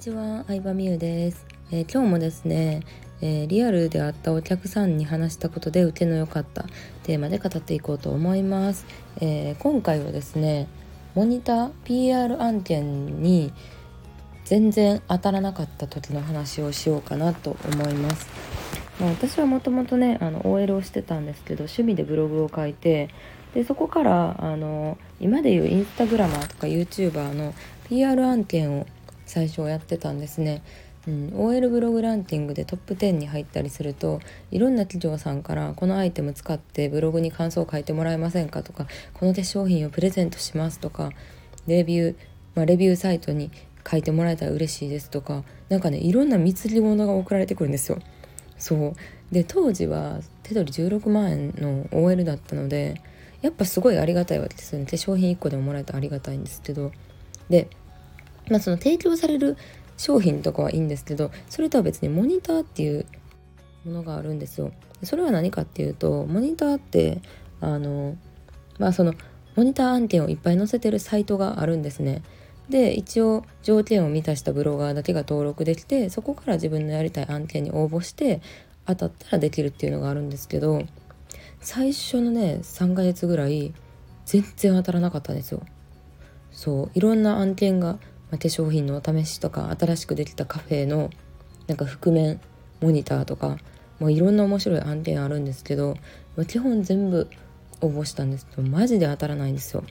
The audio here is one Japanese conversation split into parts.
ちは、相葉美優です。今日もですね、リアルで会ったお客さんに話したことで受けの良かったテーマで語っていこうと思います。今回はですね、モニター PR 案件に全然当たらなかった時の話をしようかなと思います。私はもともとねOL をしてたんですけど、趣味でブログを書いて、でそこから今でいうインスタグラマーとか YouTuber の PR 案件を最初やってたんですね。OL ブログランキングでトップ10に入ったりすると、いろんな企業さんからこのアイテム使ってブログに感想を書いてもらえませんかとか、この商品をプレゼントしますとか、レビューサイトに書いてもらえたら嬉しいですとか、なんかね、いろんな貢ぎ物が送られてくるんですよ。そうで、当時は手取り16万円の OL だったので、やっぱすごいありがたいわけですよね。で商品1個でももらえたらありがたいんですけど、でその提供される商品とかはいいんですけど、それとは別にモニターっていうものがあるんですよ。それは何かっていうと、モニターってそのモニター案件をいっぱい載せてるサイトがあるんですね。で一応条件を満たしたブロガーだけが登録できて、そこから自分のやりたい案件に応募して当たったらできるっていうのがあるんですけど、最初のね3ヶ月ぐらい全然当たらなかったんですよ。そういろんな案件が、化粧品のお試しとか、新しくできたカフェのなんか覆面モニターとか、もういろんな面白い案件あるんですけど、基本全部応募したんですけどマジで当たらないんですよ。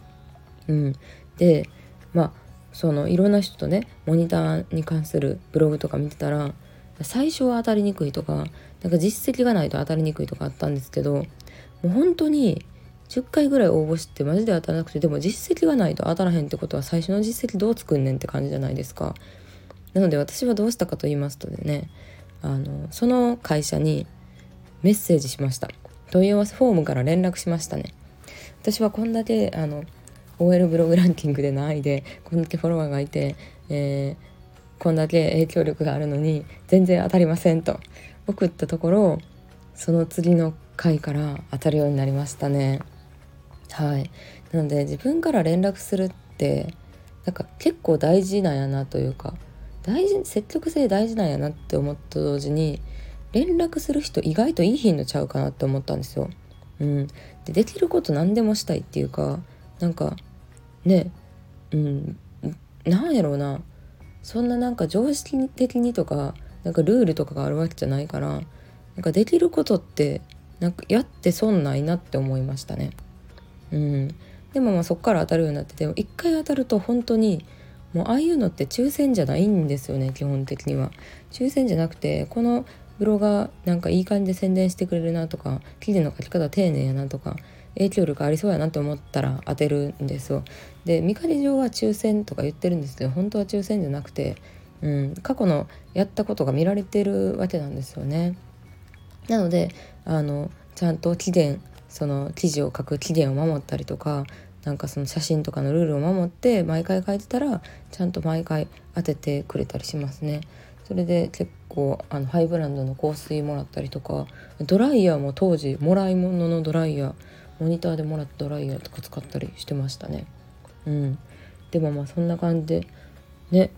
でそのいろんな人とねモニターに関するブログとか見てたら、最初は当たりにくいとか、なんか実績がないと当たりにくいとかあったんですけど、もう本当に10回ぐらい応募してマジで当たらなくて、でも実績がないと当たらへんってことは、最初の実績どう作んねんって感じじゃないですか。なので私はどうしたかと言いますとね、その会社にメッセージしました。問い合わせフォームから連絡しましたね。私はこんだけOL ブログランキングで何位で、こんだけフォロワーがいて、こんだけ影響力があるのに全然当たりませんと送ったところ、その次の回から当たるようになりましたね。はい。なので自分から連絡するってなんか結構大事なんやなというか、積極性大事なんやなって思ったと同時に、連絡する人意外といい頻度ちゃうかなって思ったんですよ。できること何でもしたいっていうか、なんかね、なんやろうな、そんななんか常識的にとかなんかルールとかがあるわけじゃないから、なんかできることってなんかやって損ないなって思いましたね。でもそっから当たるようになって、でも一回当たると本当にもうああいうのって抽選じゃないんですよね。基本的には抽選じゃなくて、このブロガーなんかいい感じで宣伝してくれるなとか、記事の書き方丁寧やなとか、影響力ありそうやなと思ったら当てるんですよ。で見かけ上は抽選とか言ってるんですけど、本当は抽選じゃなくて、過去のやったことが見られてるわけなんですよね。なのでちゃんとその記事を書く期限を守ったりとか、なんかその写真とかのルールを守って毎回書いてたら、ちゃんと毎回当ててくれたりしますね。それで結構ハイブランドの香水もらったりとか、ドライヤーも当時もらい物のドライヤー、モニターでもらったドライヤーとか使ったりしてましたね。でもそんな感じでね、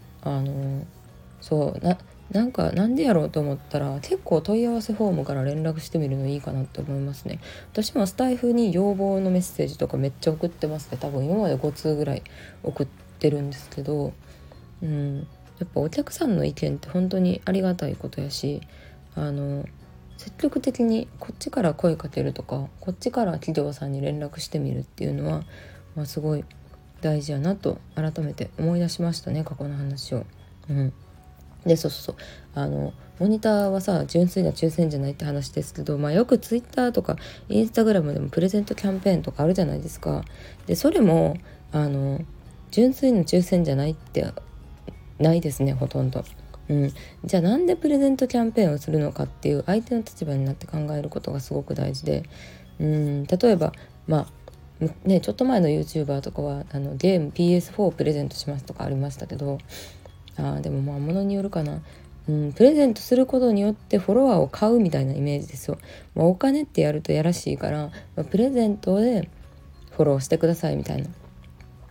なんでやろうと思ったら、結構問い合わせフォームから連絡してみるのいいかなって思いますね。私もスタイフに要望のメッセージとかめっちゃ送ってますね。多分今まで5通ぐらい送ってるんですけど、やっぱお客さんの意見って本当にありがたいことやし、積極的にこっちから声かけるとか、こっちから企業さんに連絡してみるっていうのは、すごい大事やなと改めて思い出しましたね、過去の話を。でモニターはさ、純粋な抽選じゃないって話ですけど、よくツイッターとかインスタグラムでもプレゼントキャンペーンとかあるじゃないですか。でそれも純粋な抽選じゃないってないですね、ほとんど。じゃあなんでプレゼントキャンペーンをするのかっていう相手の立場になって考えることがすごく大事で、例えばちょっと前の YouTuber とかはゲーム PS4 プレゼントしますとかありましたけど、でも物によるかな。プレゼントすることによってフォロワーを買うみたいなイメージですよ。お金ってやるとやらしいから、プレゼントでフォローしてくださいみたいな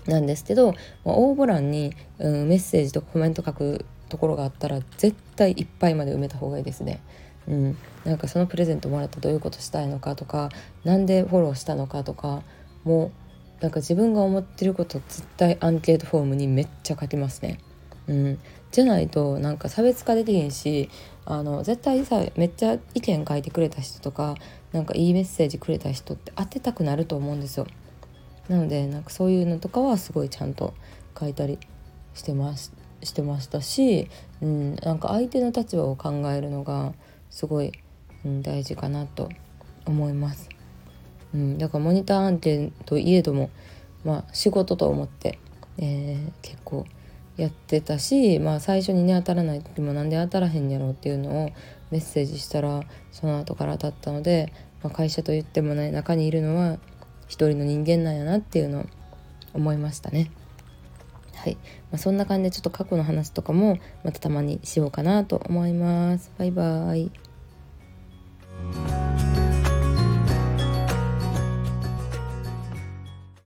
なんですけど、応募欄に、メッセージとかコメント書くところがあったら絶対いっぱいまで埋めた方がいいですね。なんかそのプレゼントもらったどういうことしたいのかとか、なんでフォローしたのかとか、もうなんか自分が思ってること絶対アンケートフォームにめっちゃ書きますね。じゃないとなんか差別化できへんし、絶対さ、めっちゃ意見書いてくれた人とか、なんかいいメッセージくれた人って当てたくなると思うんですよ。なのでなんかそういうのとかはすごいちゃんと書いたりしてましたし、なんか相手の立場を考えるのがすごい、大事かなと思います。だからモニター案件といえども、仕事と思って、結構やってたし、最初にね当たらない時もなんで当たらへんやろうっていうのをメッセージしたらその後から当たったので、会社と言ってもね中にいるのは一人の人間なんやなっていうのを思いましたね。はい、そんな感じでちょっと過去の話とかもまたたまにしようかなと思います。バイバイ。